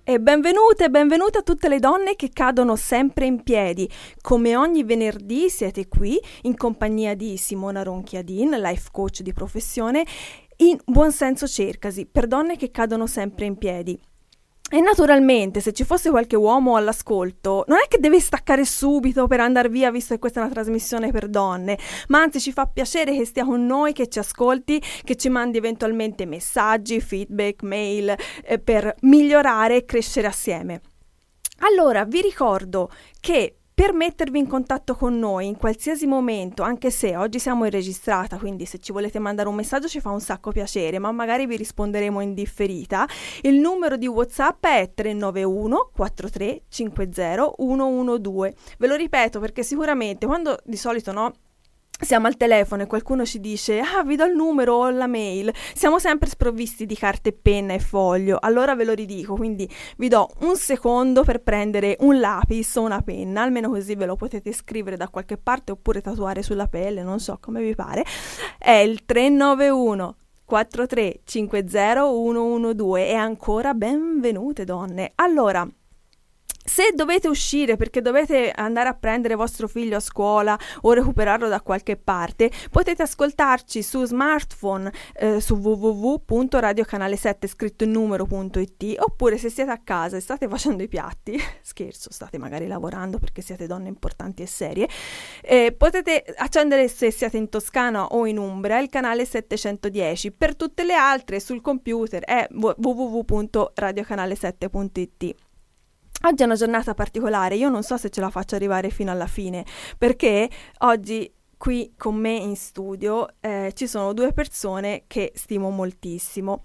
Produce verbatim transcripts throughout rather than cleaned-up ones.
E benvenute e benvenute a tutte le donne che cadono sempre in piedi. Come ogni venerdì siete qui in compagnia di Simona Ronchiadin, life coach di professione, in Buon Senso Cercasi, per donne che cadono sempre in piedi. E naturalmente, se ci fosse qualche uomo all'ascolto, non è che deve staccare subito per andare via, visto che questa è una trasmissione per donne, ma anzi ci fa piacere che stia con noi, che ci ascolti, che ci mandi eventualmente messaggi, feedback, mail, eh, per migliorare e crescere assieme. Allora, vi ricordo che per mettervi in contatto con noi in qualsiasi momento, anche se oggi siamo in registrata, quindi se ci volete mandare un messaggio ci fa un sacco piacere, ma magari vi risponderemo in differita, il numero di WhatsApp è tre nove uno quattro tre cinque zero uno uno due. Ve lo ripeto perché sicuramente quando di solito no siamo al telefono e qualcuno ci dice ah vi do il numero o la mail, siamo sempre sprovvisti di carta, penna e foglio, allora ve lo ridico, quindi vi do un secondo per prendere un lapis o una penna, almeno così ve lo potete scrivere da qualche parte oppure tatuare sulla pelle, non so come vi pare. È il tre nove uno quattro tre cinque zero uno uno due e ancora benvenute donne. Allora, se dovete uscire perché dovete andare a prendere vostro figlio a scuola o recuperarlo da qualche parte, potete ascoltarci su smartphone eh, su w w w punto radio canale sette scritto in numero punto i t, oppure se siete a casa e state facendo i piatti, scherzo, state magari lavorando perché siete donne importanti e serie, eh, potete accendere, se siete in Toscana o in Umbria, il canale settecentodieci. Per tutte le altre sul computer è w w w punto radio canale sette punto i t. Oggi è una giornata particolare, io non so se ce la faccio arrivare fino alla fine, perché oggi qui con me in studio eh, ci sono due persone che stimo moltissimo.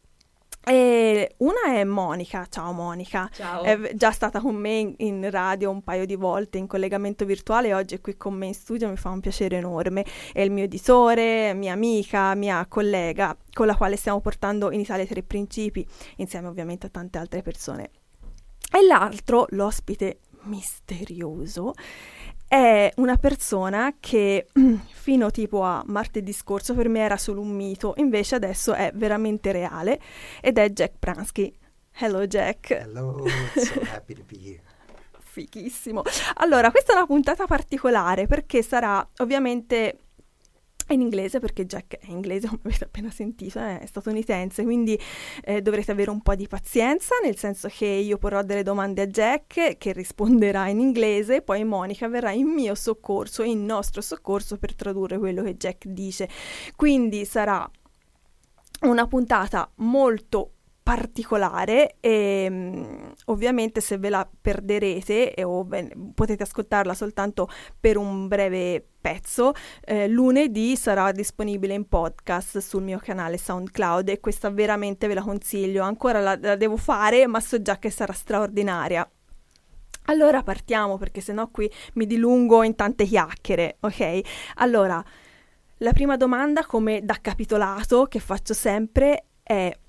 E una è Monica, ciao Monica, ciao. È già stata con me in, in radio un paio di volte in collegamento virtuale, oggi è qui con me in studio, mi fa un piacere enorme, è il mio editore, mia amica, mia collega, con la quale stiamo portando in Italia Tre Principi, insieme ovviamente a tante altre persone. E l'altro, l'ospite misterioso, è una persona che fino tipo a martedì scorso per me era solo un mito, invece adesso è veramente reale, ed è Jack Pransky. Hello Jack. Hello, so happy to be here. Fighissimo. Allora, questa è una puntata particolare perché sarà ovviamente in inglese, perché Jack è inglese, come avete appena sentito, è statunitense, quindi eh, dovrete avere un po' di pazienza, nel senso che io porrò delle domande a Jack che risponderà in inglese, poi Monica verrà in mio soccorso, in nostro soccorso, per tradurre quello che Jack dice. Quindi sarà una puntata molto particolare e um, ovviamente se ve la perderete e, o ben, potete ascoltarla soltanto per un breve pezzo, eh, lunedì sarà disponibile in podcast sul mio canale SoundCloud e questa veramente ve la consiglio, ancora la, la devo fare ma so già che sarà straordinaria. Allora partiamo perché sennò qui mi dilungo in tante chiacchiere, ok? Allora, la prima domanda, come da capitolato che faccio sempre, è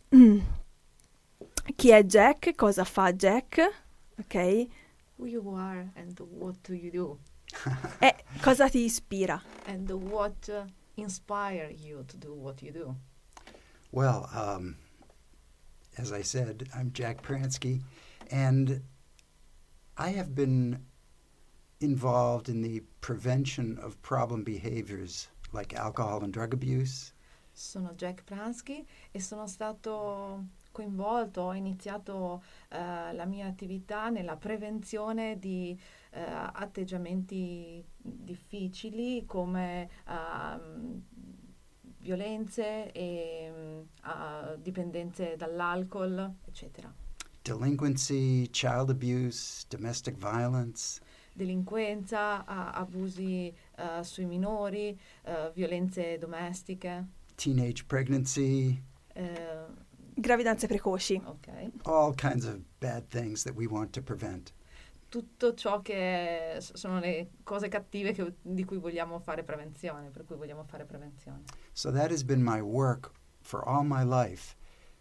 chi è Jack? Cosa fa Jack? Ok? Who you are and what do you do? E cosa ti ispira? And what uh, inspire you to do what you do? Well, um, as I said, I'm Jack Pransky, and I have been involved in the prevention of problem behaviors like alcohol and drug abuse. Sono Jack Pransky e sono stato coinvolto, ho iniziato uh, la mia attività nella prevenzione di uh, atteggiamenti difficili come uh, violenze e uh, dipendenze dall'alcol, eccetera. Delinquency, child abuse, domestic violence. Delinquenza, uh, abusi uh, sui minori, uh, violenze domestiche. Teenage pregnancy. Uh, Gravidanze precoci. Okay. All kinds of bad things that we want to prevent. Tutto ciò che sono le cose cattive che, di cui vogliamo fare prevenzione, per cui vogliamo fare prevenzione. So that has been my work for all my life.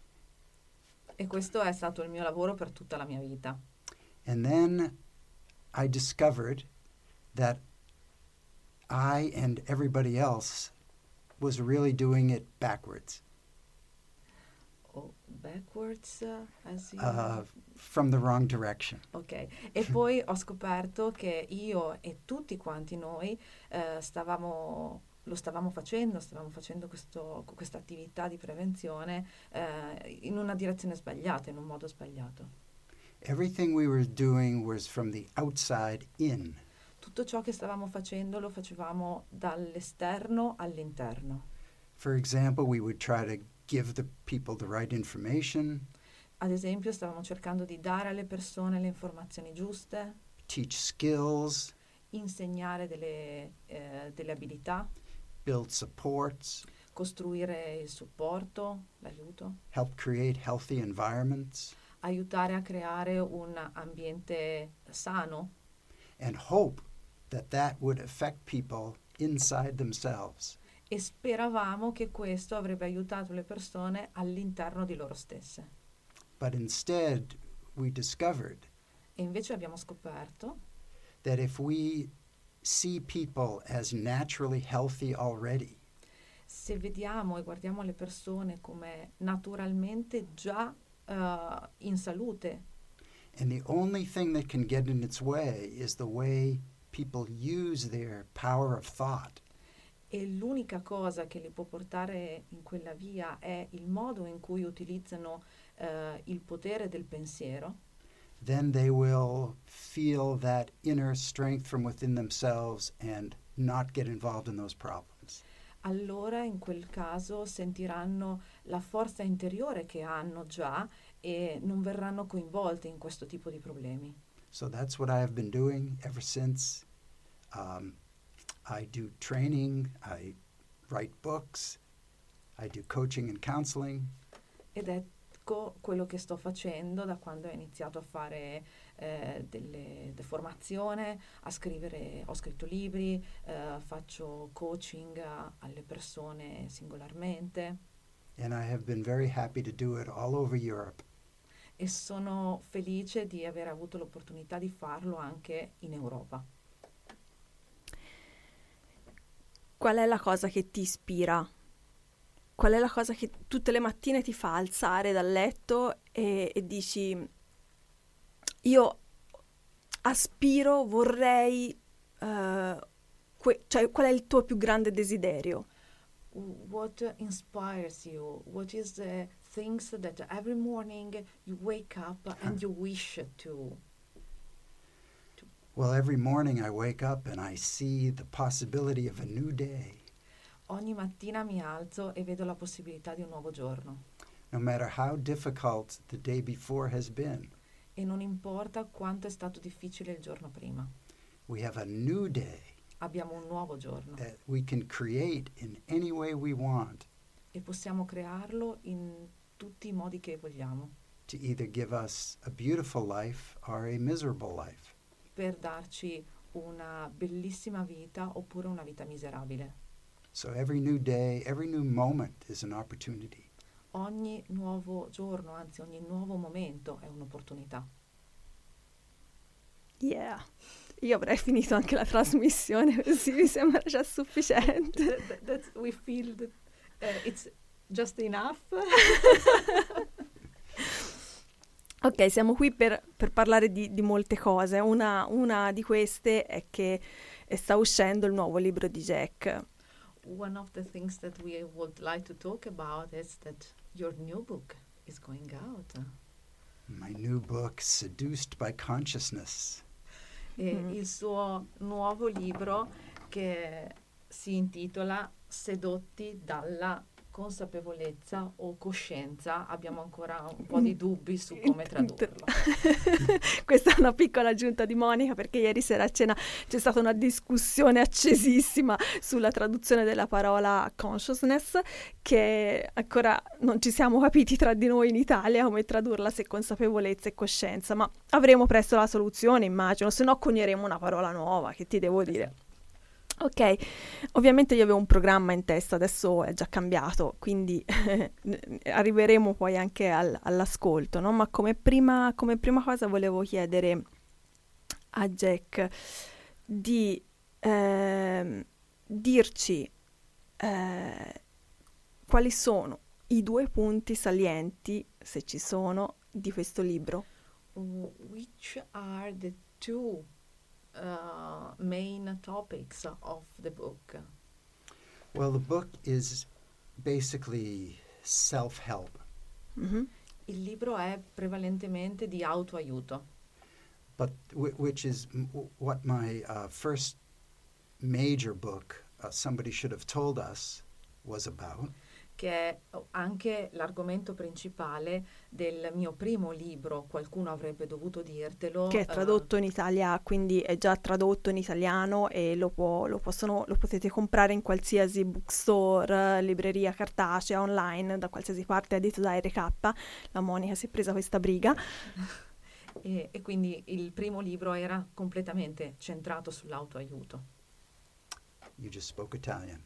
E questo è stato il mio lavoro per tutta la mia vita. And then I discovered that I and everybody else was really doing it backwards. oh, backwards, as in... uh, from the wrong direction. Ok, e poi ho scoperto che io e tutti quanti noi eh, stavamo, lo stavamo facendo, stavamo facendo questo, questa attività di prevenzione eh, in una direzione sbagliata, in un modo sbagliato. Everything we were doing was from the outside in. Tutto ciò che stavamo facendo lo facevamo dall'esterno all'interno. For example, we would try to give the people the right information, Ad esempio, stavamo cercando di dare alle persone le informazioni giuste, teach skills, insegnare delle, eh, delle abilità, build supports, costruire il supporto, l'aiuto, help create healthy environments, aiutare a creare un ambiente sano and hope that that would affect people inside themselves. e speravamo che questo avrebbe aiutato le persone all'interno di loro stesse. But instead, we discovered E invece abbiamo scoperto that if we see people as naturally healthy already, se vediamo e guardiamo le persone come naturalmente già uh, in salute and the only thing that can get in its way is the way people use their power of thought, e l'unica cosa che li può portare in quella via è il modo in cui utilizzano uh, il potere del pensiero, then they will feel that inner strength from within themselves and not get involved in those problems. allora in quel caso sentiranno la forza interiore che hanno già e non verranno coinvolti in questo tipo di problemi. So that's what I have been doing ever since. Um, I do training, I write books, I do coaching and counseling. Ed ecco quello che sto facendo da quando ho iniziato a fare eh, delle de formazione, a scrivere, ho scritto libri, eh, faccio coaching a, alle persone singolarmente And I have been very happy to do it all over Europe. e sono felice di aver avuto l'opportunità di farlo anche in Europa. Qual è la cosa che ti ispira? Qual è la cosa che tutte le mattine ti fa alzare dal letto e, e dici io aspiro, vorrei, uh, que- cioè qual è il tuo più grande desiderio? What inspires you? What is the things that every morning you wake up and you wish to? Well, every morning I wake up and I see the possibility of a new day. Ogni mattina mi alzo e vedo la possibilità di un nuovo giorno. No matter how difficult the day before has been, E non importa quanto è stato difficile il giorno prima. we have a new day Abbiamo un nuovo giorno that we can create in any way we want e possiamo crearlo in tutti i modi che vogliamo to either give us a beautiful life or a miserable life. per darci una bellissima vita oppure una vita miserabile. So every new day, every new moment is an opportunity. Ogni nuovo giorno, anzi ogni nuovo momento è un'opportunità. Yeah, io avrei finito anche la trasmissione, così mi sembra già sufficiente. That, that, that's, we feel that uh, it's just enough. Ok, siamo qui per, per parlare di, di molte cose. Una, una di queste è che sta uscendo il nuovo libro di Jack. One of the things that we would like to talk about is that your new book is going out. My new book, Seduced by Consciousness. E Mm. il suo nuovo libro che si intitola Sedotti dalla consapevolezza o coscienza. Abbiamo ancora un po' di dubbi su come tradurlo. Questa è una piccola aggiunta di Monica, perché ieri sera a cena c'è stata una discussione accesissima sulla traduzione della parola consciousness, che ancora non ci siamo capiti tra di noi in Italia come tradurla, se consapevolezza e coscienza, ma avremo presto la soluzione, immagino, se no conieremo una parola nuova, che ti devo dire. Ok, ovviamente io avevo un programma in testa, adesso è già cambiato, quindi arriveremo poi anche al, all'ascolto, no? Ma come prima, come prima cosa volevo chiedere a Jack di eh, dirci eh, quali sono i due punti salienti, se ci sono, di questo libro? Which are the two uh, main topics of the book? Well, the book is basically self-help. Mm-hmm. Il libro è prevalentemente di autoaiuto. But w- which is m- what my uh, first major book, uh, Somebody Should Have Told Us, was about. Che è anche l'argomento principale del mio primo libro, Qualcuno avrebbe dovuto dirtelo. Che è tradotto uh, in Italia, quindi è già tradotto in italiano e lo, può, lo, possono, lo potete comprare in qualsiasi bookstore, libreria cartacea, online, da qualsiasi parte, edito da R K. La Monica si è presa questa briga. E, e quindi il primo libro era completamente centrato sull'autoaiuto. You just spoke Italian.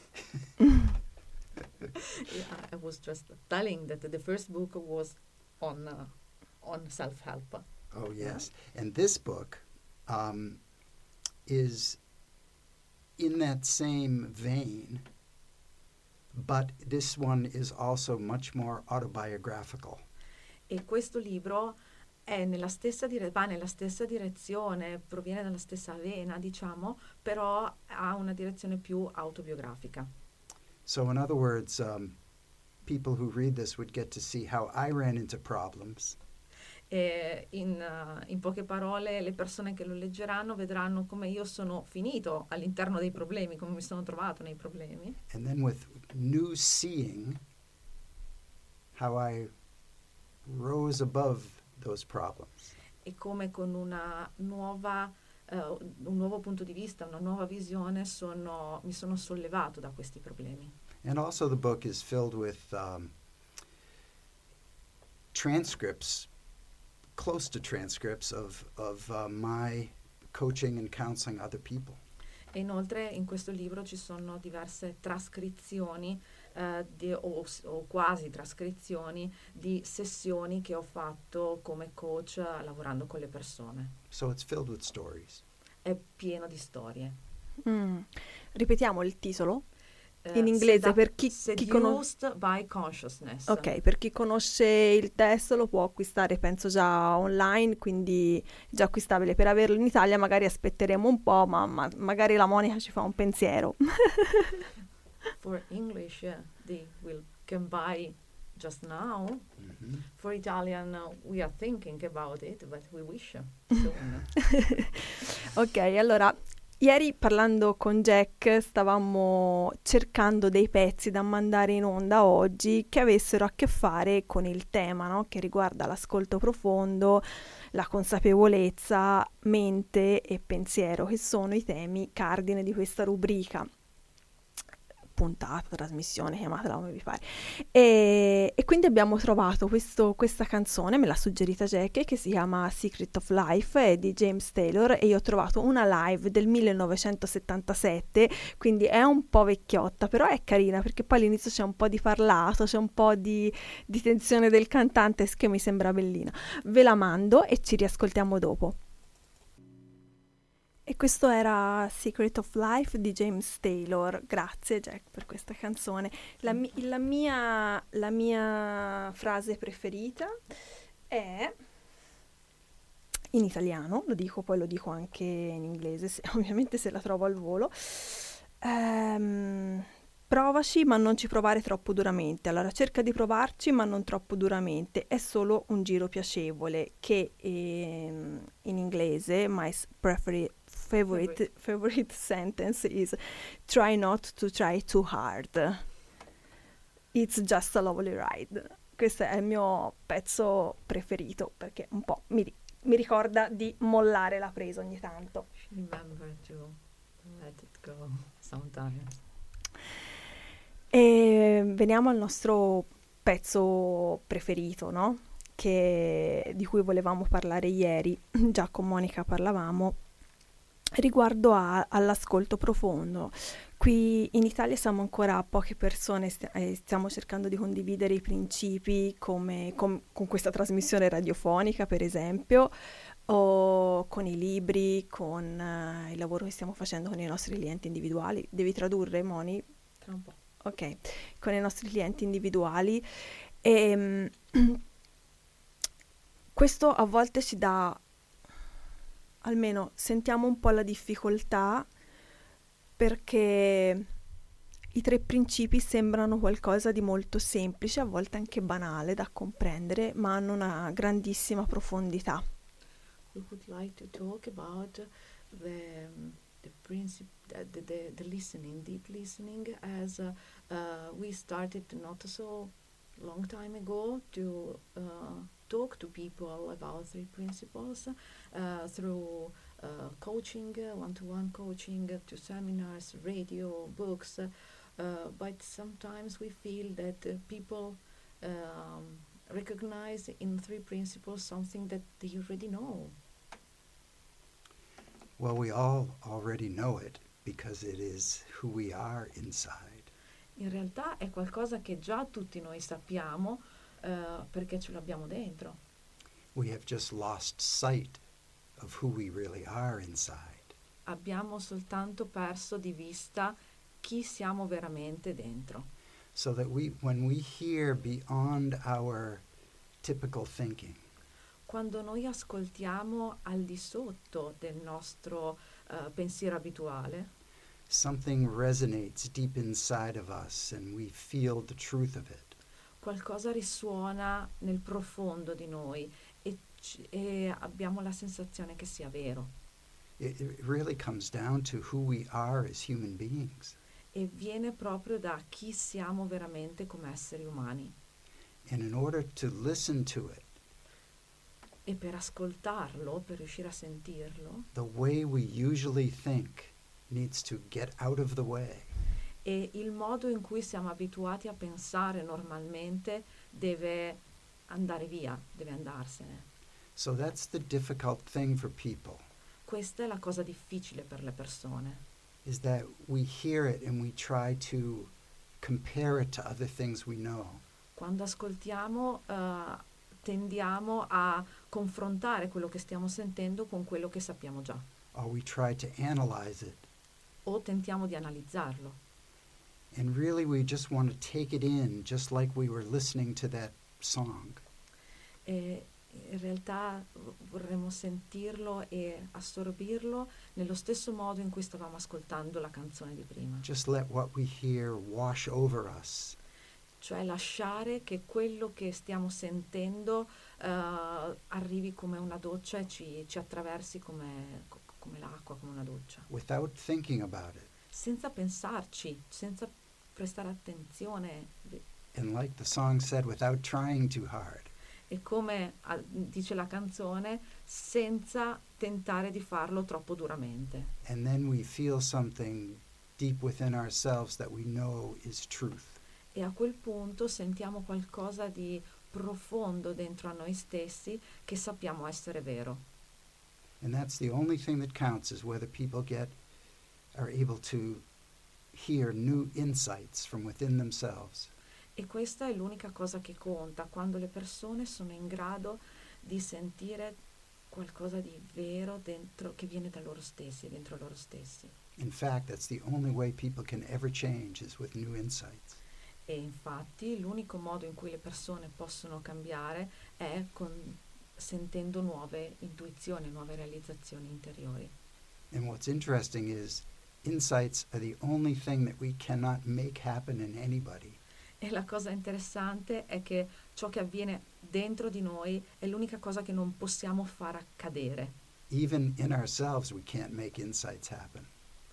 Yeah, I was just telling that the first book was on uh, on self-help. Oh, yes. And this book um, is in that same vein, but this one is also much more autobiographical. E questo libro è nella stessa dire- va nella stessa direzione, proviene dalla stessa vena, diciamo, però ha una direzione più autobiografica. So in other words, um, people who read this would get to see how I ran into problems. E in, uh, in poche parole, le persone che lo leggeranno vedranno come io sono finito all'interno dei problemi, come mi sono trovato nei problemi. And then with new seeing, how I rose above those problems. E come con una nuova, uh, un nuovo punto di vista, una nuova visione, sono, mi sono sollevato da questi problemi. And also the book is filled with um, transcripts, close to transcripts of, of uh, my coaching and counseling other people. E inoltre in questo libro ci sono diverse trascrizioni uh, di, o, o quasi trascrizioni di sessioni che ho fatto come coach uh, lavorando con le persone. So it's filled with stories. È pieno di storie. Mm. Ripetiamo il titolo? Uh, In inglese, Sedu- per chi, chi conosce... Seduced by Consciousness. Ok, per chi conosce il testo lo può acquistare penso già online, quindi già acquistabile. Per averlo in Italia magari aspetteremo un po', ma, ma magari la Monica ci fa un pensiero. For English, uh, they will can buy just now. Mm-hmm. For Italian, uh, we are thinking about it, but we wish soon. Ok, allora... Ieri parlando con Jack stavamo cercando dei pezzi da mandare in onda oggi che avessero a che fare con il tema, no? Che riguarda l'ascolto profondo, la consapevolezza, mente e pensiero, che sono i temi cardine di questa rubrica. Puntata, trasmissione, chiamatela come vi pare. E, e quindi abbiamo trovato questo, questa canzone, me l'ha suggerita Jack, che si chiama Secret of Life, è di James Taylor, e io ho trovato una live del millenovecentosettantasette, quindi è un po' vecchiotta, però è carina perché poi all'inizio c'è un po' di parlato, c'è un po' di, di tensione del cantante che mi sembra bellina. Ve la mando e ci riascoltiamo dopo. E questo era Secret of Life di James Taylor. Grazie Jack per questa canzone. La, mi- la, mia, la mia frase preferita è in italiano, lo dico, poi lo dico anche in inglese, se, ovviamente se la trovo al volo. Ehm, provaci ma non ci provare troppo duramente. Allora cerca di provarci ma non troppo duramente. È solo un giro piacevole, che ehm, in inglese my preferred Favorite, favorite sentence is try not to try too hard. It's just a lovely ride. Questo è il mio pezzo preferito perché un po' mi, mi ricorda di mollare la presa ogni tanto. Remember to let it go sometimes. E veniamo al nostro pezzo preferito, no? Che, di cui volevamo parlare ieri. Già con Monica parlavamo riguardo a, all'ascolto profondo. Qui in Italia siamo ancora poche persone, st- eh, stiamo cercando di condividere i principi come com- con questa trasmissione radiofonica, per esempio, o con i libri, con uh, il lavoro che stiamo facendo con i nostri clienti individuali. Devi tradurre, Moni? Tra un po'. ok, con i nostri clienti individuali. E questo a volte ci dà, almeno sentiamo un po' la difficoltà, perché i tre principi sembrano qualcosa di molto semplice, a volte anche banale da comprendere, ma hanno una grandissima profondità. We would like to talk about the the principle, the, the the listening, deep listening, as uh, uh, we started not so long time ago to uh, talk to people about three principles uh, through uh, coaching, uh, one-to-one coaching, uh, to seminars, radio, books. Uh, but sometimes we feel that uh, people um, recognize in three principles something that they already know. Well, we all already know it because it is who we are inside. In realtà è qualcosa che già tutti noi sappiamo uh, perché ce l'abbiamo dentro. We have just lost sight of who we really are inside. Abbiamo soltanto perso di vista chi siamo veramente dentro. So that we, when we hear beyond our typical thinking, quando noi ascoltiamo al di sotto del nostro uh, pensiero abituale, something resonates deep inside of us and we feel the truth of it. Qualcosa risuona nel profondo di noi e, c- e abbiamo la sensazione che sia vero. It, it really comes down to who we are as human beings. E viene proprio da chi siamo veramente come esseri umani. And in order to listen to it, e per ascoltarlo, per riuscire a sentirlo, the way we usually think needs to get out of the way. E il modo in cui siamo abituati a pensare normalmente deve andare via, deve andarsene. So that's the difficult thing for people. Questa è la cosa difficile per le persone. Is that we hear it and we try to compare it to other things we know. Quando ascoltiamo uh, tendiamo a confrontare quello che stiamo sentendo con quello che sappiamo già. Or we try to analyze it. O tentiamo di analizzarlo. And really we just want to take it in, just like we were listening to that song. E in realtà vorremmo sentirlo e assorbirlo nello stesso modo in cui stavamo ascoltando la canzone di prima. Just let what we hear wash over us. Cioè lasciare che quello che stiamo sentendo uh, arrivi come una doccia e ci, ci attraversi come, come l'acqua, come una doccia. Without thinking about it. Senza pensarci, senza prestare attenzione. And like the song said, without trying too hard. E come a, dice la canzone, senza tentare di farlo troppo duramente. And then we feel something deep within ourselves that we know is truth. E a quel punto sentiamo qualcosa di profondo dentro a noi stessi che sappiamo essere vero. And that's the only thing that counts, is whether people get are able to hear new insights from within themselves. E questa è l'unica cosa che conta, quando le persone sono in grado di sentire qualcosa di vero dentro, che viene da loro stessi, dentro loro stessi. In fact, that's the only way people can ever change, is with new insights. E infatti l'unico modo in cui le persone possono cambiare è con, sentendo nuove intuizioni, nuove realizzazioni interiori. And what's interesting is insights are the only thing that we cannot make happen in anybody. E la cosa interessante è che ciò che avviene dentro di noi è l'unica cosa che non possiamo far accadere. Even in ourselves we can't make insights happen.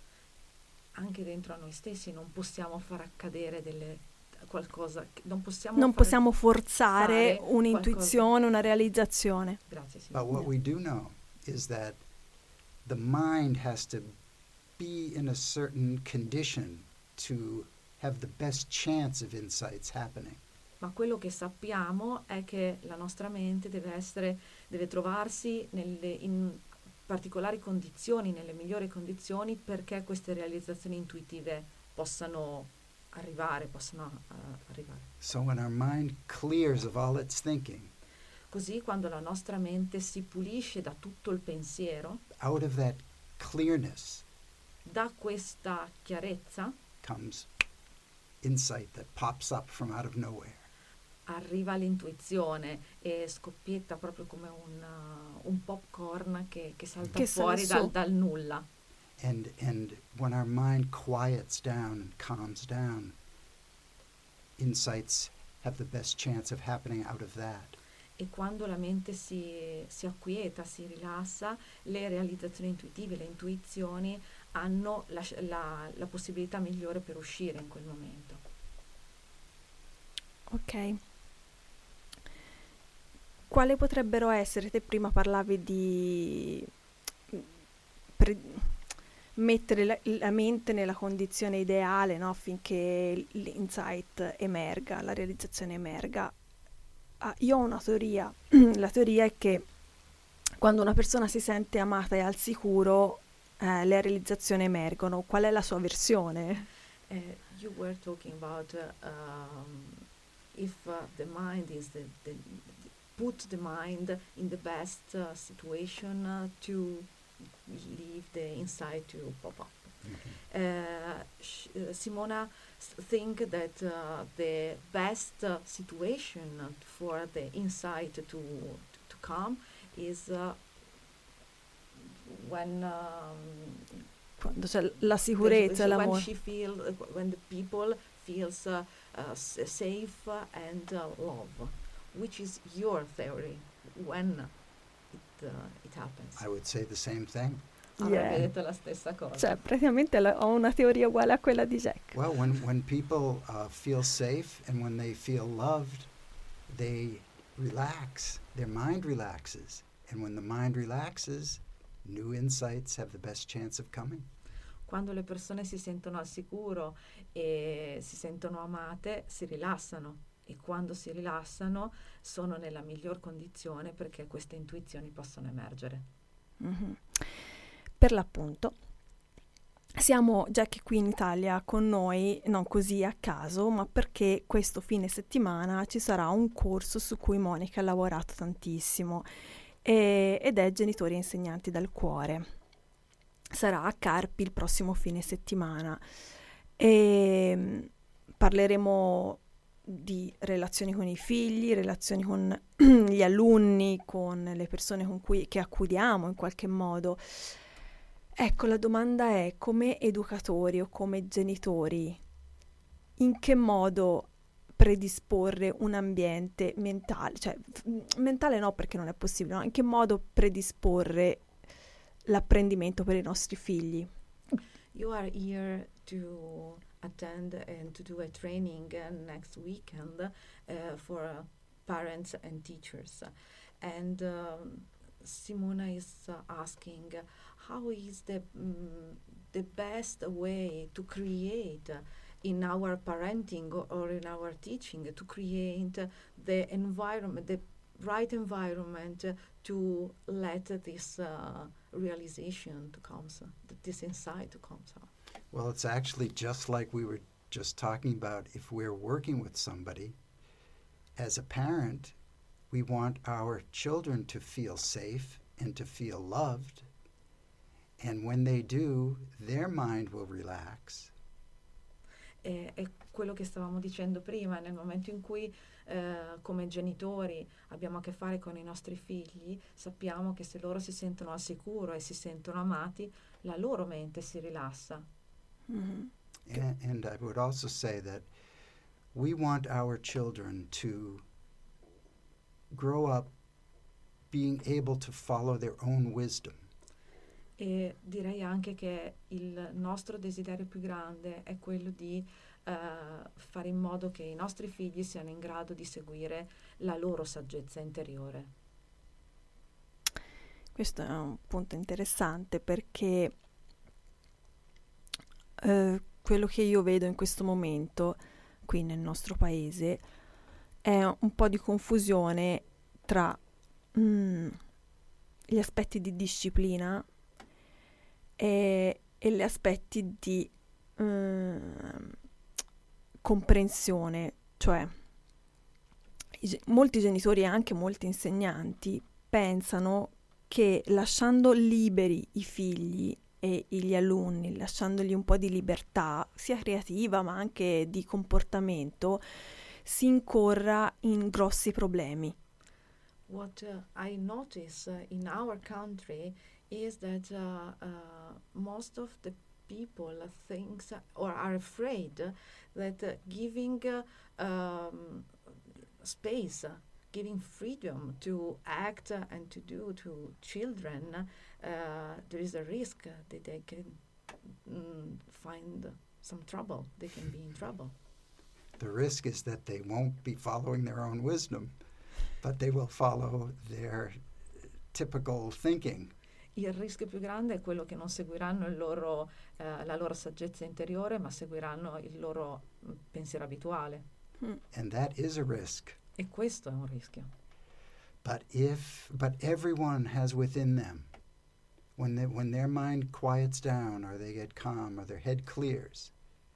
Anche dentro a noi stessi non possiamo far accadere delle qualcosa, non possiamo Non fare, possiamo forzare fare un'intuizione, qualcosa. una realizzazione. Grazie, signora. But what we do know is that the mind has to be in a certain condition to have the best chance of insights happening. Ma quello che sappiamo è che la nostra mente deve essere, deve trovarsi nelle, in particolari condizioni, nelle migliori condizioni, perché queste realizzazioni intuitive possano arrivare, possano uh, arrivare. So when our mind clears of all its thinking, Così quando la nostra mente si pulisce da tutto il pensiero, out of that clearness da questa chiarezza comes insight that pops up from out of nowhere. Arriva l'intuizione e scoppietta proprio come un, uh, un popcorn che, che salta Che fuori sale dal, su. dal nulla. And and when our mind quiets down and calms down, insights have the best chance of happening out of that. E quando la mente si, si acquieta, si rilassa, le realizzazioni intuitive, le intuizioni hanno la, la, la possibilità migliore per uscire in quel momento. Ok. Quali potrebbero essere, te prima parlavi di pre- mettere la, la mente nella condizione ideale, no? Affinché l'insight emerga, la realizzazione emerga. Ah, io ho una teoria, la teoria è che quando una persona si sente amata e al sicuro, eh, le realizzazioni emergono. Qual è la sua versione? Uh, you were talking about uh, um, if uh, the mind is the, the, the put the mind in the best uh, situation uh, to leave the insight to pop up. Mm-hmm. Uh, sh- uh, Simona s- think that uh, the best uh, situation for the insight to to come is uh, when um, Quando c'è la sicurezza, when l'amore. she feel uh, when the people feels uh, uh, s- safe and uh, love, which is your theory when it uh, it happens. I would say the same thing. Avrebbe Yeah. detto la stessa cosa. Cioè, praticamente la- ho una teoria uguale a quella di Jack. Well, when when people uh, feel safe and when they feel loved, they relax. Their mind relaxes, and when the mind relaxes, new insights have the best chance of coming. Quando le persone si sentono al sicuro e si sentono amate, si rilassano, e quando si rilassano sono nella miglior condizione perché queste intuizioni possono emergere. Mhm. Per l'appunto, siamo Jack qui in Italia con noi, non così a caso, ma perché questo fine settimana ci sarà un corso su cui Monica ha lavorato tantissimo e- ed è Genitori e insegnanti dal cuore. Sarà a Carpi il prossimo fine settimana e mm, parleremo di relazioni con i figli, relazioni con gli alunni, con le persone con cui che accudiamo in qualche modo. Ecco, la domanda è: come educatori o come genitori, in che modo predisporre un ambiente mentale, cioè f- mentale no, perché non è possibile, no? In che modo predisporre l'apprendimento per i nostri figli? You are here to attend and to do a training uh, next weekend uh, for uh, parents and teachers. And um, Simona is uh, asking uh, how is the mm, the best way to create uh, in our parenting or, or in our teaching to create uh, the environment, the right environment uh, to let this uh, realization to come, so, th- this insight to come. So. Well, it's actually just like we were just talking about. If we're working with somebody, as a parent, we want our children to feel safe and to feel loved. And when they do, their mind will relax. E, è quello che stavamo dicendo prima, nel momento in cui eh, come genitori abbiamo a che fare con i nostri figli, sappiamo che se loro si sentono al sicuro e si sentono amati, la loro mente si rilassa. Mhm. And, and I would also say that we want our children to grow up being able to follow their own wisdom. E direi anche che il nostro desiderio più grande è quello di eh, fare in modo che i nostri figli siano in grado di seguire la loro saggezza interiore. Questo è un punto interessante perché eh, quello che io vedo in questo momento qui nel nostro paese è un po' di confusione tra mm, gli aspetti di disciplina e, e gli aspetti di mm, comprensione, cioè i ge- molti genitori e anche molti insegnanti pensano che lasciando liberi i figli e gli alunni, lasciandogli un po' di libertà, sia creativa ma anche di comportamento, si incorra in grossi problemi. What uh, I notice uh, in our country is that uh, uh, most of the people thinks or are afraid that uh, giving uh, um, space, uh, giving freedom to act uh, and to do to children, uh, there is a risk that they can mm, find some trouble. They can be in trouble. The risk is that they won't be following their own wisdom, but they will follow their typical thinking. Il rischio più grande è quello che non seguiranno il loro, eh, la loro saggezza interiore, ma seguiranno il loro mh, pensiero abituale. Mm. And that is a risk. E questo è un rischio. But if but everyone has within them, when they, when their mind quiets down or they get calm or their head clears,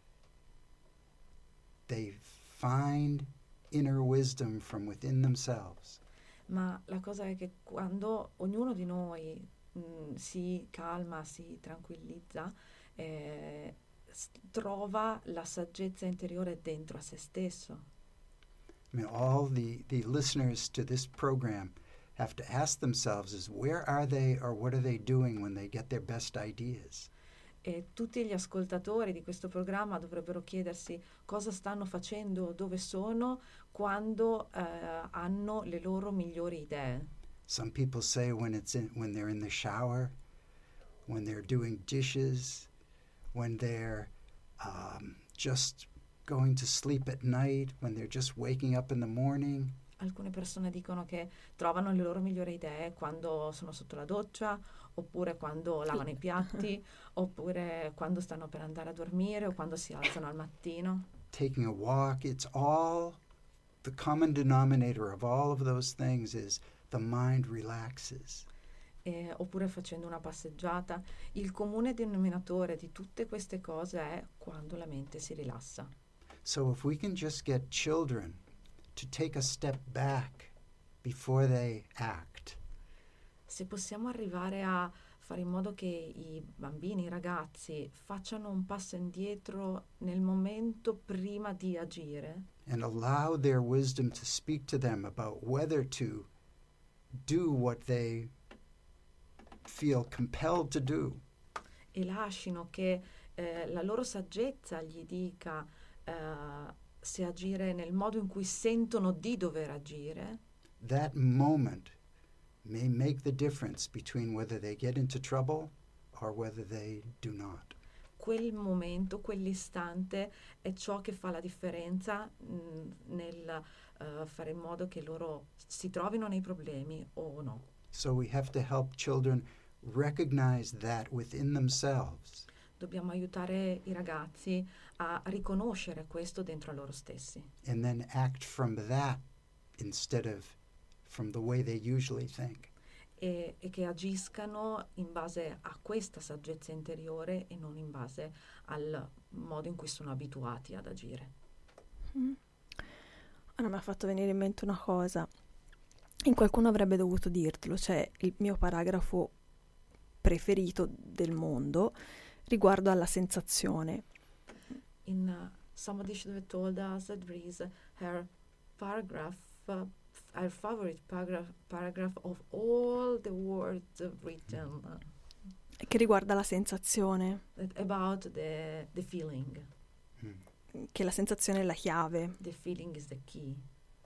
they find inner wisdom from within themselves. Ma la cosa è che quando ognuno di noi mh, si calma, si tranquillizza, eh, s- trova la saggezza interiore dentro a se stesso. I mean, all the, the listeners to this program have to ask themselves is where are they or what are they doing when they get their best ideas? E tutti gli ascoltatori di questo programma dovrebbero chiedersi cosa stanno facendo, dove sono, quando eh, hanno le loro migliori idee. Some people say when it's in, when they're in the shower, when they're doing dishes, when they're um, just going to sleep at night, when they're just waking up in the morning. Alcune persone dicono che trovano le loro migliori idee quando sono sotto la doccia, oppure quando lavano i piatti, oppure quando stanno per andare a dormire o quando si alzano al mattino. Taking a walk, it's all, the common denominator of all of those things is the mind relaxes. Eh, oppure facendo una passeggiata. Il comune denominatore di tutte queste cose è quando la mente si rilassa. So if we can just get children to take a step back before they act, Se possiamo arrivare a fare in modo che i bambini, i ragazzi facciano un passo indietro nel momento prima di agire and allow their wisdom to speak to them about whether to do what they feel compelled to do, e lasciano che eh, la loro saggezza gli dica eh, se agire nel modo in cui sentono di dover agire, that moment may make the difference between whether they get into trouble or whether they do not. quel momento, quell'istante è ciò che fa la differenza mh, nel uh, fare in modo che loro si trovino nei problemi o no. So we have to help children recognize that within themselves. Dobbiamo aiutare i ragazzi a riconoscere questo dentro a loro stessi And then act from that instead of from the way they usually think. e, e che agiscano in base a questa saggezza interiore e non in base al modo in cui sono abituati ad agire. Mm. Ora mi ha fatto venire in mente una cosa. In qualcuno avrebbe dovuto dirtelo, cioè il mio paragrafo preferito del mondo riguardo alla sensazione. In uh, somebody should have told us that there is her paragraph, uh, f- her favorite paragraph, paragraph of all the words written uh, Che riguarda la sensazione, that about the the feeling. Hmm. che la sensazione è la chiave. The feeling is the key.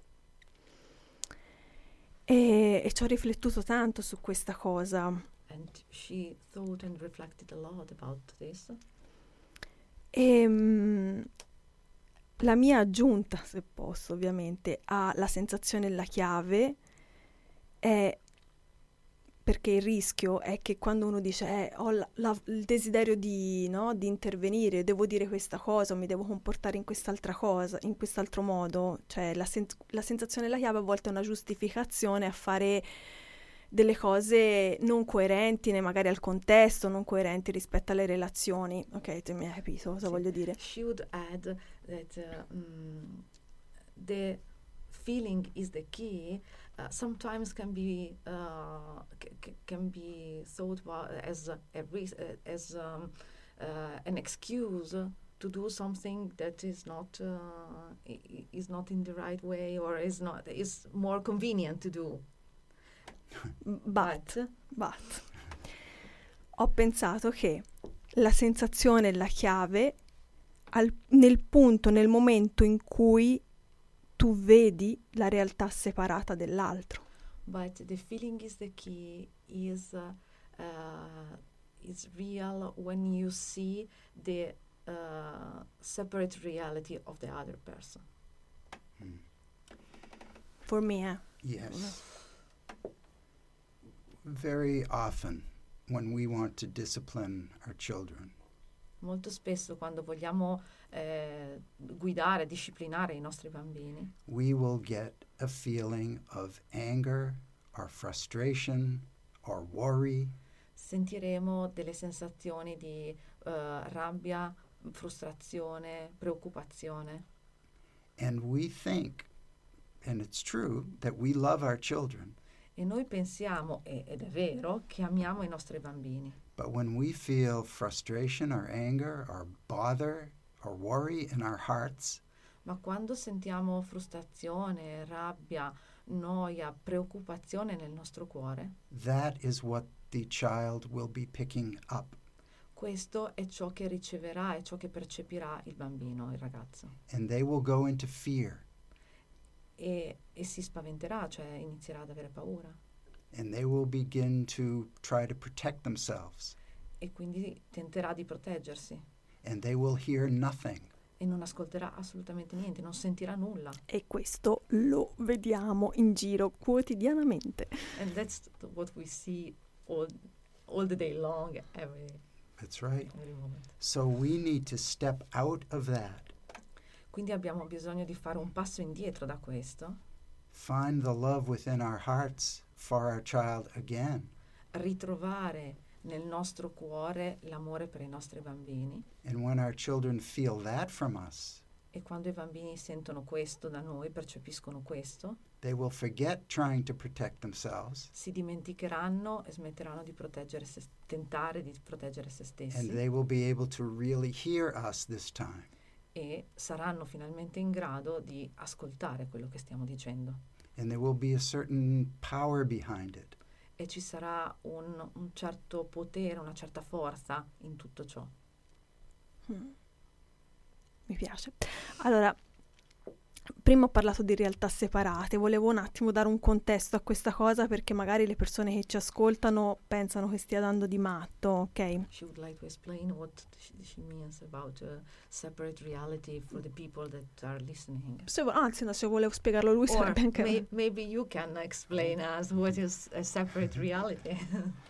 E, e ci ho riflettuto tanto su questa cosa. And she thought and reflected a lot about this. E mm, la mia aggiunta, se posso, ovviamente, alla sensazione e la chiave è perché il rischio è che quando uno dice eh, ho la- la- il desiderio di, no, di intervenire, devo dire questa cosa, mi devo comportare in quest'altra cosa, in quest'altro modo, cioè la, sen- la sensazione e la chiave a volte è una giustificazione a fare delle cose non coerenti né magari al contesto, non coerenti rispetto alle relazioni. Ok, tu mi hai capito cosa Sì. voglio dire? She would add that uh, mm, the feeling is the key. Uh, sometimes can be uh, c- c- can be thought about as a, a re- uh, as um, uh, an excuse to do something that is not uh, i- is not in the right way, or is not is more convenient to do. But, but ho pensato che la sensazione è la chiave al- nel punto, nel momento in cui tu vedi la realtà separata dell'altro. But the feeling is the key, is uh, uh, is real when you see the uh, separate reality of the other person. Mm. For me, eh? Yes. Very often, when we want to discipline our children, Molto spesso quando vogliamo eh, guidare, disciplinare i nostri bambini, we will get a feeling of anger or frustration or worry, sentiremo delle sensazioni di eh, rabbia, frustrazione, preoccupazione. and we think, and it's true, that we love our children. E noi pensiamo, e- ed è vero, che amiamo i nostri bambini. But when we feel frustration or anger or bother or worry in our hearts, Ma quando sentiamo frustrazione, rabbia, noia, preoccupazione nel nostro cuore, that is what the child will be picking up. questo è ciò che riceverà, è ciò che percepirà il bambino, il ragazzo. And they will go into fear, E, e si spaventerà, cioè inizierà ad avere paura. and they will begin to try to protect themselves, E quindi tenterà di proteggersi. and they will hear nothing. E non ascolterà assolutamente niente, non sentirà nulla. E questo lo vediamo in giro quotidianamente. And that's th- what we see all, all the day long, every, That's right. every moment. So we need to step out of that, Quindi abbiamo bisogno di fare un passo indietro da questo, find the love within our hearts for our child again, ritrovare nel nostro cuore l'amore per i nostri bambini, and when our children feel that from us, e quando i bambini sentono questo da noi, percepiscono questo, they will forget trying to protect themselves, si dimenticheranno e smetteranno di proteggere se, tentare di proteggere se and stessi, they will be able to really hear us this time. e saranno finalmente in grado di ascoltare quello che stiamo dicendo. And there will be a certain power behind it. E ci sarà un, un certo potere, una certa forza in tutto ciò. Mm. Mi piace. Allora, prima ho parlato di realtà separate, volevo un attimo dare un contesto a questa cosa perché magari le persone che ci ascoltano pensano che stia dando di matto, ok? She would like to explain what she, she means about uh, separate reality for the people that are listening. Se, anzi, no, se volevo spiegarlo lui Or sarebbe anche... may, maybe you can explain us what is a separate reality.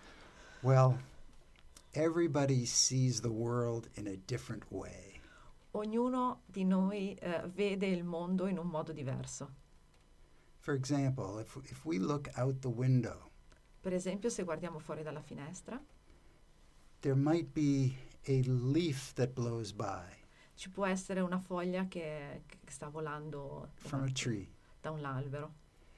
Well, everybody sees the world in a different way. Ognuno di noi eh, vede il mondo in un modo diverso. For example, if, if we look out the window, Per esempio, se guardiamo fuori dalla finestra, there might be a leaf that blows by ci può essere una foglia che, che sta volando from a tree. da un albero.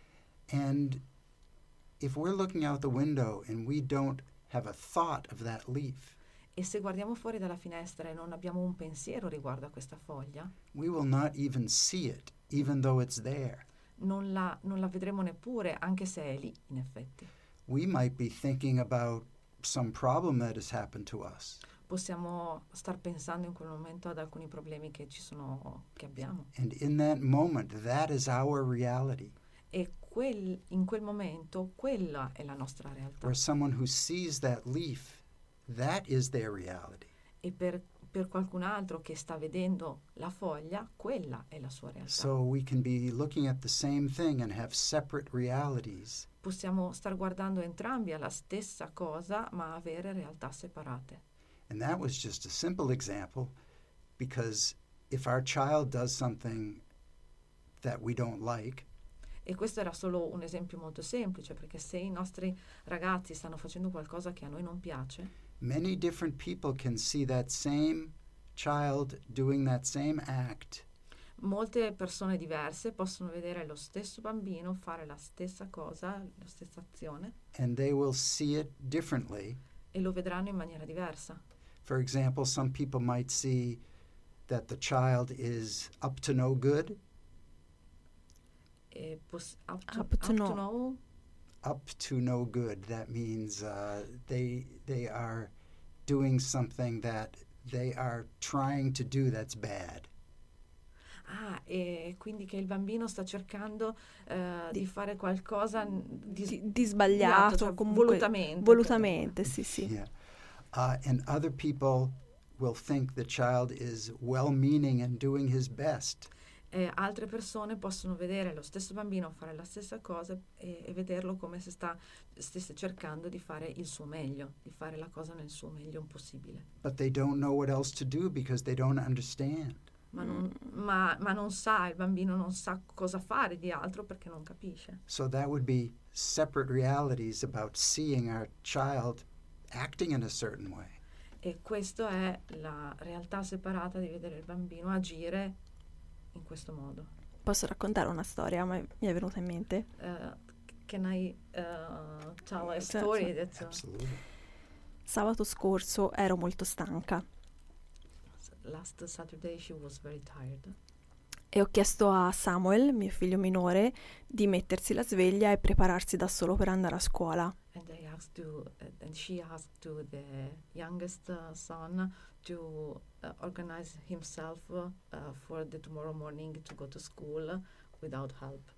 And if we're looking out the window and we don't have a thought of that leaf, E se guardiamo fuori dalla finestra e non abbiamo un pensiero riguardo a questa foglia, we will not even see it, even though it's there. non la, non la vedremo neppure, anche se è lì, in effetti. We might be thinking about some problem that has happened to us. Possiamo star pensando in quel momento ad alcuni problemi che ci sono, che abbiamo. And in that moment, that is our reality. E quel, in quel momento, quella è la nostra realtà. Or someone who sees that leaf, that is their reality. E per, per qualcun altro che sta vedendo la foglia, quella è la sua realtà. So we can be looking at the same thing and have separate realities. Possiamo star guardando entrambi alla stessa cosa, ma avere realtà separate. And that was just a simple example, because if our child does something that we don't like, E questo era solo un esempio molto semplice, perché se i nostri ragazzi stanno facendo qualcosa che a noi non piace, many different people can see that same child doing that same act Molte persone diverse possono vedere lo stesso bambino fare la stessa cosa, la stessa azione, and they will see it differently. e lo vedranno in maniera diversa. For example, some people might see that the child is up to no good, E pos- up to, Up to up no. to no, up to no good. That means uh, they they are doing something that they are trying to do that's bad. Ah, e quindi che il bambino sta cercando eh, di, Di- fare qualcosa n- di, Di, di sbagliato, cioè comunque volutamente. volutamente, sì, sì. Yeah. Uh, and other people will think the child is well-meaning and doing his best. E altre persone possono vedere lo stesso bambino fare la stessa cosa e, e vederlo come se sta, stesse cercando di fare il suo meglio, di fare la cosa nel suo meglio possibile. But they don't know what else to do because they don't understand. Ma non, ma, ma non sa, il bambino non sa cosa fare di altro perché non capisce. So that would be separate realities about seeing our child acting in a certain way. E questa è la realtà separata di vedere il bambino agire in questo modo. Posso raccontare una storia? Ma mi è venuta in mente. Uh, can I uh, tell a Certo. story that uh, Absolutely. Sabato scorso ero molto stanca last Saturday she was very tired. e ho chiesto a Samuel, mio figlio minore, di mettersi la sveglia e prepararsi da solo per andare a scuola. And I asked to, uh, and she asked to the youngest uh, son to uh, organize himself uh, uh, for the tomorrow morning to go to school without help.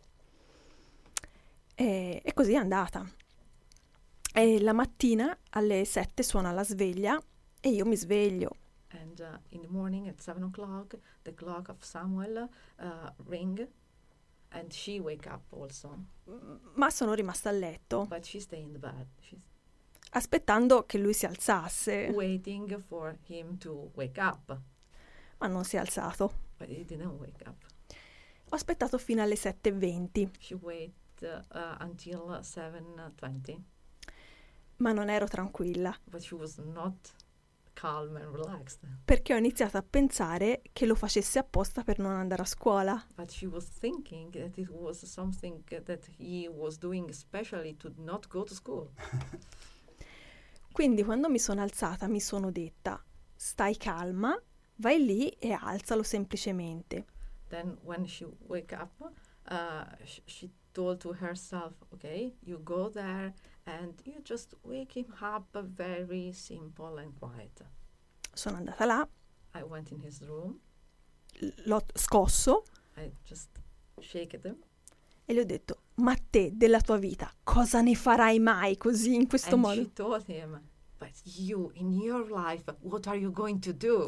E, e così è andata. E la mattina alle sette suona la sveglia e io mi sveglio. And uh, in the morning at seven o'clock, the clock of Samuel uh, ring, and she wake up also. Ma sono rimasta a letto, But she stay in the bed. She's aspettando che lui si alzasse, waiting for him to wake up, ma non si è alzato. but he didn't wake up. Ho aspettato fino alle sette e venti, She wait uh, uh, until seven twenty, ma non ero tranquilla, but she was not calm and relaxed. perché ho iniziato a pensare che lo facesse apposta per non andare a scuola. But she was thinking that it was something that he was doing especially to not go to school. Quindi quando mi sono alzata mi sono detta, stai calma, vai lì e alzalo semplicemente. Then when she wake up, uh, sh- she told to herself, okay, you go there and you just wake him up very simple and quiet. Sono andata là, I went in his room, l- l'ho scosso I just shaked him, e gli ho detto, ma te della tua vita cosa ne farai mai così in questo and modo? she told him, but you, in your life, what are you going to do?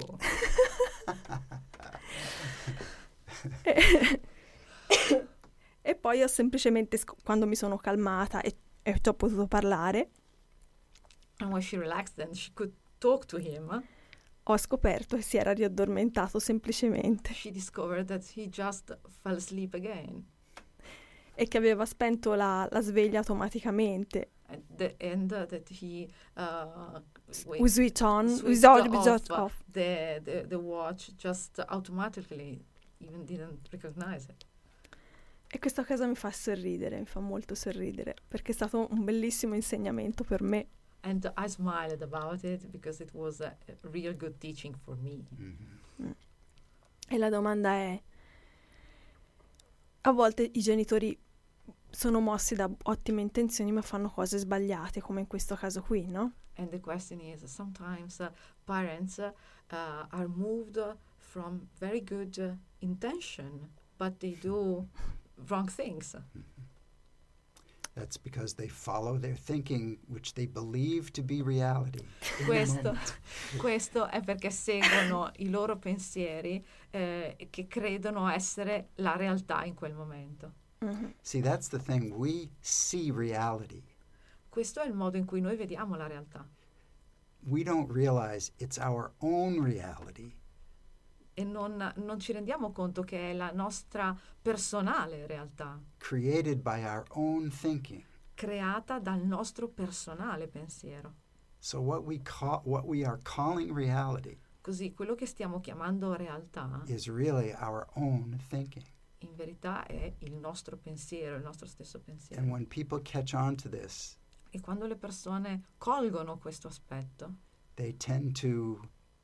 E poi ho semplicemente, sc- quando mi sono calmata e, e ci ho potuto parlare, And when she relaxed and she could talk to him, ho scoperto che si era riaddormentato semplicemente she discovered that he just fell asleep again. e che aveva spento la, la sveglia automaticamente. And, the, and uh, that he uh, wait- We switch on, we switched switch off, off, uh, off. The, the, the watch just automatically, even didn't recognize it. E questa cosa mi fa sorridere, mi fa molto sorridere, perché è stato un bellissimo insegnamento per me. And I smiled about it because it was a real good teaching for me. Mhm. E la domanda è, a volte i genitori sono mossi da ottime intenzioni ma fanno cose sbagliate, come in questo caso qui, no? And the question is, sometimes uh, parents uh, uh, are moved uh, from very good uh, intention, but they do wrong things. That's because they follow their thinking, which they believe to be reality. in the Questo, moment. questo è perché seguono i loro pensieri eh, che credono essere la realtà in quel momento. Mhm. See, that's the thing. We see reality. Questo è il modo in cui noi vediamo la realtà We don't realize it's our own reality. e non, non ci rendiamo conto che è la nostra personale realtà, Created by our own thinking. creata dal nostro personale pensiero. So what we call what we are calling reality Così quello che stiamo chiamando realtà is really our own thinking. in verità è il nostro pensiero, il nostro stesso pensiero. And when people catch on to this, E quando le persone colgono questo aspetto, they tend to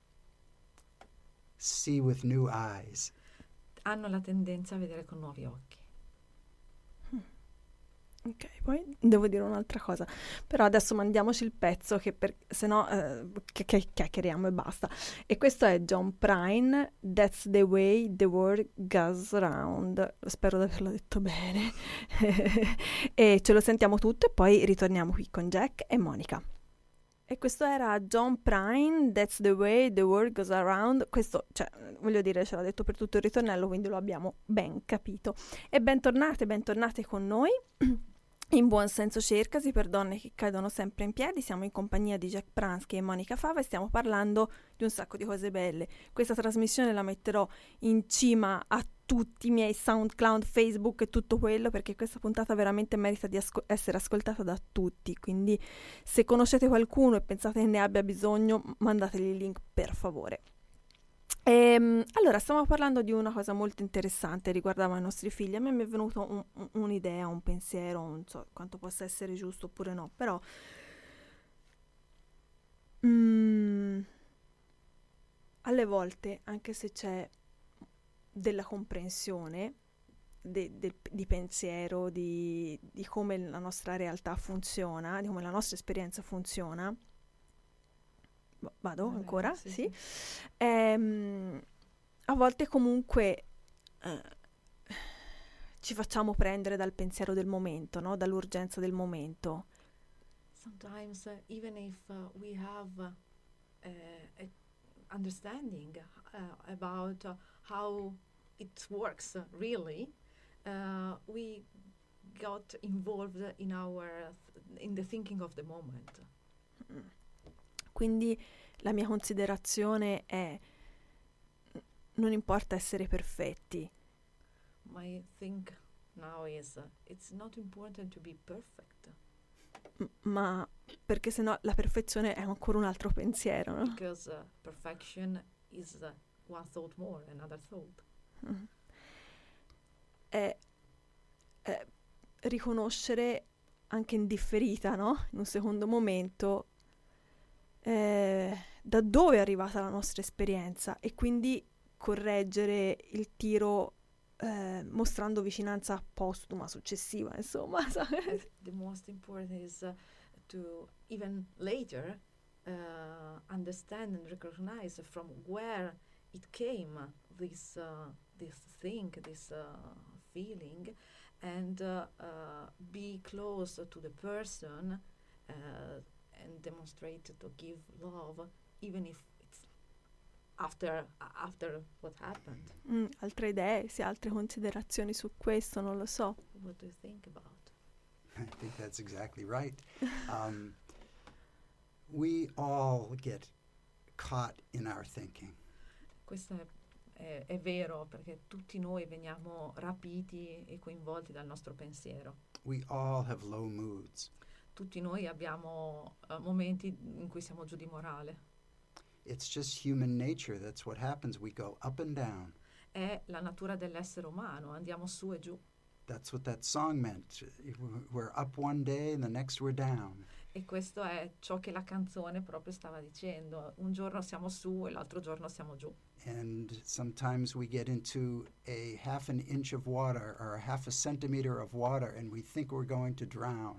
see with new eyes. hanno la tendenza a vedere con nuovi occhi. Ok, poi devo dire un'altra cosa, però adesso mandiamoci il pezzo che per, se no eh, che, che chiacchieriamo e basta. E questo è John Prine, That's the Way the World Goes Round, spero di averlo detto bene. E ce lo sentiamo tutto e poi ritorniamo qui con Jack e Monica. E questo era John Prine, That's the Way the World Goes Around. Questo, cioè, voglio dire, ce l'ha detto per tutto il ritornello, quindi lo abbiamo ben capito. E bentornate, bentornate con noi. In Buon Senso Cercasi, per donne che cadono sempre in piedi. Siamo in compagnia di Jack Pransky e Monica Fava e stiamo parlando di un sacco di cose belle. Questa trasmissione la metterò in cima a tutti i miei SoundCloud, Facebook e tutto quello, perché questa puntata veramente merita di asco- essere ascoltata da tutti. Quindi se conoscete qualcuno e pensate che ne abbia bisogno, mandateli il link per favore. Ehm, allora, stiamo parlando di una cosa molto interessante riguardava i nostri figli. A me mi è venuto un, un, un'idea, un pensiero, non so quanto possa essere giusto oppure no, però mm, alle volte, anche se c'è della comprensione de, de, di pensiero, di, di come la nostra realtà funziona, di come la nostra esperienza funziona, vado Vabbè, ancora, sì, sì, sì. Ehm, a volte comunque eh, ci facciamo prendere dal pensiero del momento, no? Dall'urgenza del momento. Sometimes uh, even if uh, we have uh, a understanding uh, about uh, how it works uh, really, uh, we got involved in our th- in the thinking of the moment. Quindi la mia considerazione è: non importa essere perfetti. My think now is uh, it's not important to be perfect, M- ma perché sennò la perfezione è ancora un altro pensiero, no? because uh, perfection is uh, one thought more, another thought. Mm. È, è riconoscere anche in differita, no? In un secondo momento eh, da dove è arrivata la nostra esperienza e quindi correggere il tiro eh, mostrando vicinanza postuma, successiva, insomma. Uh, the most important is uh, to even later uh, understand and recognize from where it came, this uh, this thing, this uh, feeling, and uh, uh, be close to the person uh, and demonstrate to give love, even if it's after after what happened. Mm, altre idee, sì, altre considerazioni su questo, non lo so. What do you think about? I think that's exactly right. Um, we all get caught in our thinking. Questo è, è, è vero, perché tutti noi veniamo rapiti e coinvolti dal nostro pensiero. We all have low moods. Tutti noi abbiamo uh, momenti in cui siamo giù di morale. It's just human nature. That's what happens. We go up and down. È la natura dell'essere umano, andiamo su e giù. That's what that song meant. We're up one day and the next we're down. E questo è ciò che la canzone proprio stava dicendo. Un giorno siamo su e l'altro giorno siamo giù. And sometimes we get into a half an inch of water or a half a centimeter of water and we think we're going to drown.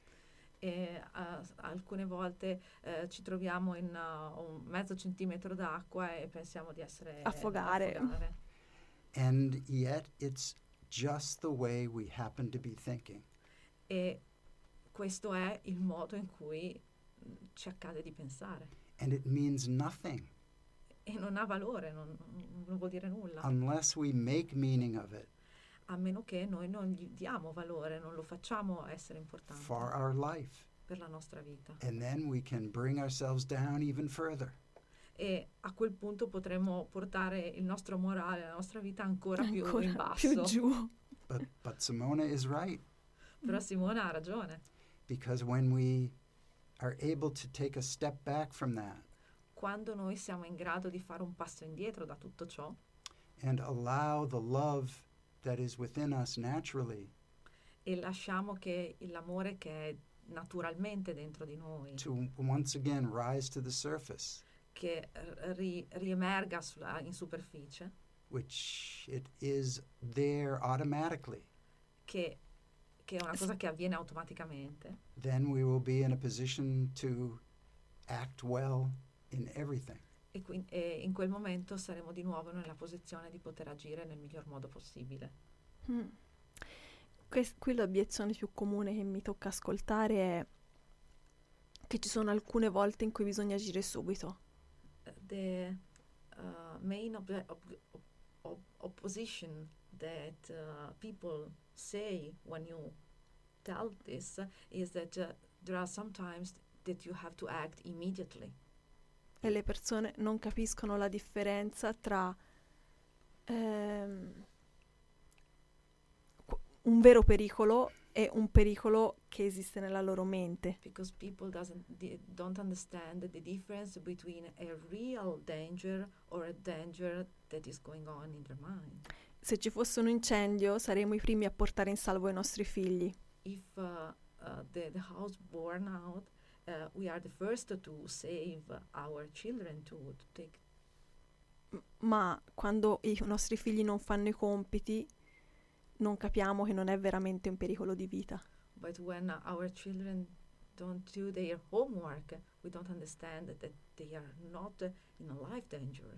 E uh, alcune volte uh, ci troviamo in uh, un mezzo centimetro d'acqua e pensiamo di essere Affogare. affogare. And yet it's just the way we happen to be thinking. E questo è il modo in cui mh, ci accade di pensare. And it means nothing E non ha valore, non, non vuol dire nulla. unless we make meaning of it A meno che noi non gli diamo valore, non lo facciamo essere importante for our life. per la nostra vita. And then we can bring ourselves down even further. E a quel punto potremo portare il nostro morale, la nostra vita ancora più Ancora in basso. più giù. But but Simona is right, Però Simona ha ragione. because when we are able to take a step back from that, quando noi siamo in grado di fare un passo indietro da tutto ciò and allow the love that is within us naturally e lasciamo che l'amore che è naturalmente dentro di noi, to once again rise to the surface, che ri- riemerga su- in superficie, which it is there automatically, che, che è una cosa che avviene automaticamente, then we will be in a position to act well in everything. e, qui- e in quel momento saremo di nuovo nella posizione di poter agire nel miglior modo possibile. Mm. Quest- qui l'obiezione più comune che mi tocca ascoltare è che ci sono alcune volte in cui bisogna agire subito. The uh, main ob- ob- op- opposition that uh, people say when you tell this is that uh, there are sometimes that you have to act immediately. E le persone non capiscono la differenza tra ehm, qu- un vero pericolo e un pericolo che esiste nella loro mente. Because people doesn't di- don't understand the difference between a real danger or a danger that is going on in their mind. Se ci fosse un incendio, saremo i primi a portare in salvo i nostri figli. If uh, uh, the, the house burn out, uh, we are the first to save our children, to, to take. M- ma quando i nostri figli non fanno i compiti, non capiamo che non è veramente un pericolo di vita. But when uh, our children don't do their homework, we don't understand that they are not uh, in a life danger.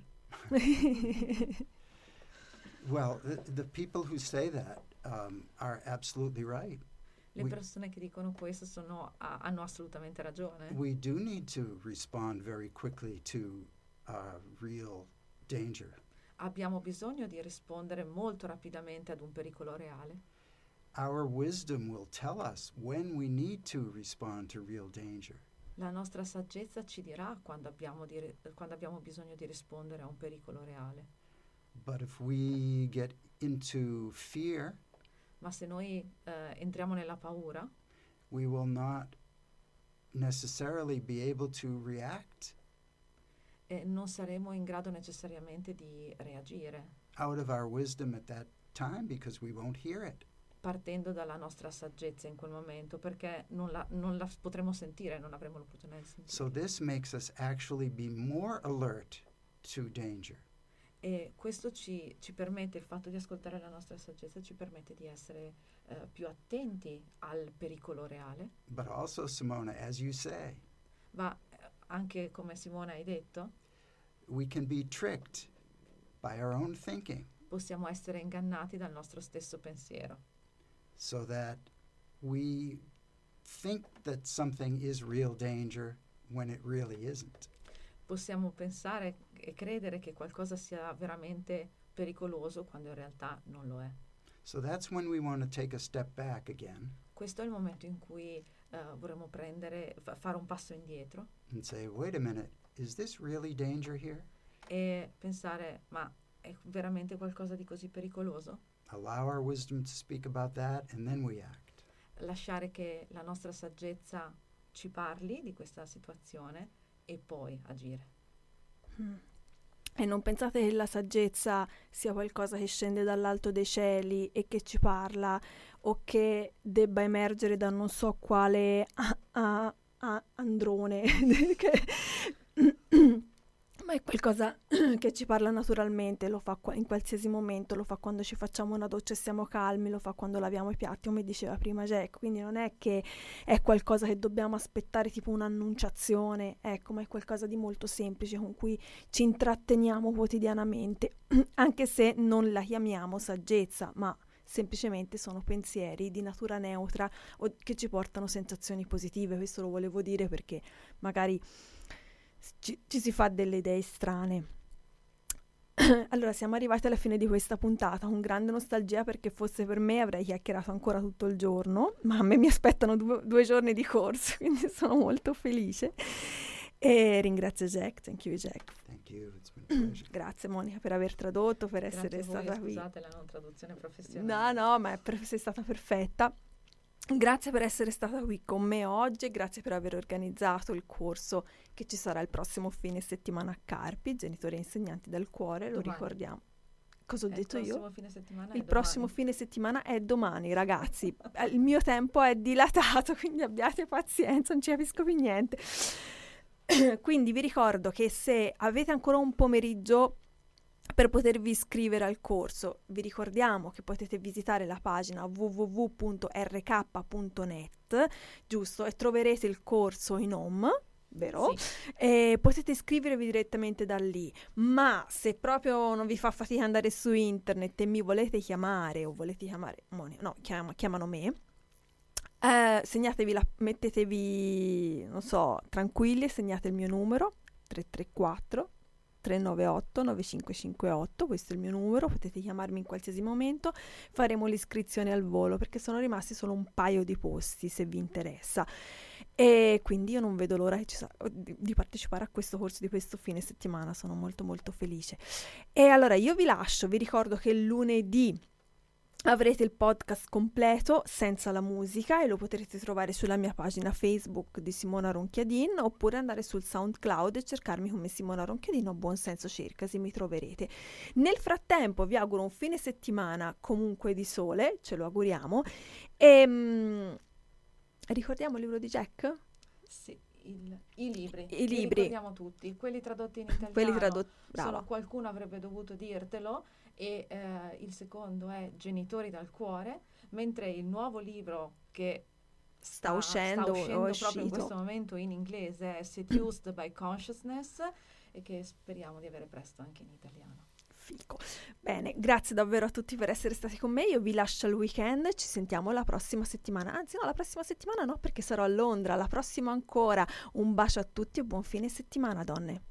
Well, the, the people who say that um, are absolutely right. Le We- persone che dicono questo sono, ah, hanno assolutamente ragione. We do need to respond very quickly to uh, real danger. Abbiamo bisogno di rispondere molto rapidamente ad un pericolo reale. Our wisdom will tell us when we need to respond to real danger. La nostra saggezza ci dirà quando abbiamo, di ri- quando abbiamo bisogno di rispondere a un pericolo reale. But if we get into fear, Ma se noi eh, entriamo nella paura, we will not necessarily be able to react eh, non saremo in grado necessariamente di reagire, out of our wisdom at that time because we won't hear it. partendo dalla nostra saggezza in quel momento, perché non la, non la potremo sentire, non avremo l'opportunità di sentire. So this makes us actually be more alert to danger. E questo ci, ci permette, il fatto di ascoltare la nostra saggezza ci permette di essere eh, più attenti al pericolo reale, But also, Simona, as you say, ma eh, anche come Simona hai detto, we can be tricked by our own thinking possiamo essere ingannati dal nostro stesso pensiero, so that we think that something is real danger when it really isn't. possiamo pensare e credere che qualcosa sia veramente pericoloso quando in realtà non lo è. So that's when we want to take a step back again Questo è il momento in cui eh, vorremmo prendere, fa- fare un passo indietro and say, wait a minute, is this really danger here? e pensare, ma è veramente qualcosa di così pericoloso? Allow our wisdom to speak about that, and then we act. Lasciare che la nostra saggezza ci parli di questa situazione e poi agire. Mm. E non pensate che la saggezza sia qualcosa che scende dall'alto dei cieli e che ci parla o che debba emergere da non so quale a- a- a- androne, che- ma è qualcosa che ci parla naturalmente, lo fa qua- in qualsiasi momento, lo fa quando ci facciamo una doccia e siamo calmi, lo fa quando laviamo i piatti, come diceva prima Jack, quindi non è che è qualcosa che dobbiamo aspettare tipo un'annunciazione, ecco, ma è qualcosa di molto semplice con cui ci intratteniamo quotidianamente, anche se non la chiamiamo saggezza, ma semplicemente sono pensieri di natura neutra o che ci portano sensazioni positive. Questo lo volevo dire perché magari ci, ci si fa delle idee strane. Allora, siamo arrivati alla fine di questa puntata, con grande nostalgia, perché fosse per me avrei chiacchierato ancora tutto il giorno, ma a me mi aspettano due, due giorni di corso, quindi sono molto felice. E ringrazio Jack, thank you Jack. Thank you, it's been a pleasure. Grazie Monica per aver tradotto, per essere Grazie a voi, stata qui. scusate la non traduzione professionale. No, no, ma è per- sei stata perfetta. Grazie per essere stata qui con me oggi e grazie per aver organizzato il corso che ci sarà il prossimo fine settimana a Carpi, genitori e insegnanti del cuore, lo Domani. ricordiamo. Cosa ho Eh, detto il io? prossimo fine settimana è Il prossimo domani. fine settimana è domani, ragazzi. Eh, Il mio tempo è dilatato, quindi abbiate pazienza, non ci capisco più niente. Quindi vi ricordo che se avete ancora un pomeriggio per potervi iscrivere al corso, vi ricordiamo che potete visitare la pagina w w w punto r k punto net, giusto? E troverete il corso in home, vero? Sì. E potete iscrivervi direttamente da lì. Ma se proprio non vi fa fatica andare su internet e mi volete chiamare o volete chiamare Moni- no, chiam- chiamano me, eh, segnatevi la, mettetevi, non so, tranquilli e segnate il mio numero tre tre quattro tre nove otto nove cinque cinque otto, questo è il mio numero, potete chiamarmi in qualsiasi momento, faremo l'iscrizione al volo perché sono rimasti solo un paio di posti se vi interessa, e quindi io non vedo l'ora che ci sa- di, di partecipare a questo corso di questo fine settimana, sono molto molto felice. E allora io vi lascio, vi ricordo che lunedì avrete il podcast completo senza la musica e lo potrete trovare sulla mia pagina Facebook di Simona Ronchiadin, oppure andare sul SoundCloud e cercarmi come Simona Ronchiadin o Buon Senso Cercasi, mi troverete. Nel frattempo vi auguro un fine settimana comunque di sole, ce lo auguriamo, e mm, ricordiamo il libro di Jack? Sì, il- i libri. I Li libri. ricordiamo tutti, quelli tradotti in italiano. Quelli tradotti, brava. Solo qualcuno avrebbe dovuto dirtelo, e eh, il secondo è Genitori dal cuore, mentre il nuovo libro che Sta uscendo, sta o è uscendo proprio in uscito. questo momento in inglese è Seduced by Consciousness, e che speriamo di avere presto anche in italiano. Fico. Bene, grazie davvero a tutti per essere stati con me, io vi lascio al weekend, ci sentiamo la prossima settimana, anzi no, la prossima settimana no perché sarò a Londra, la prossima ancora. Un bacio a tutti e buon fine settimana, donne.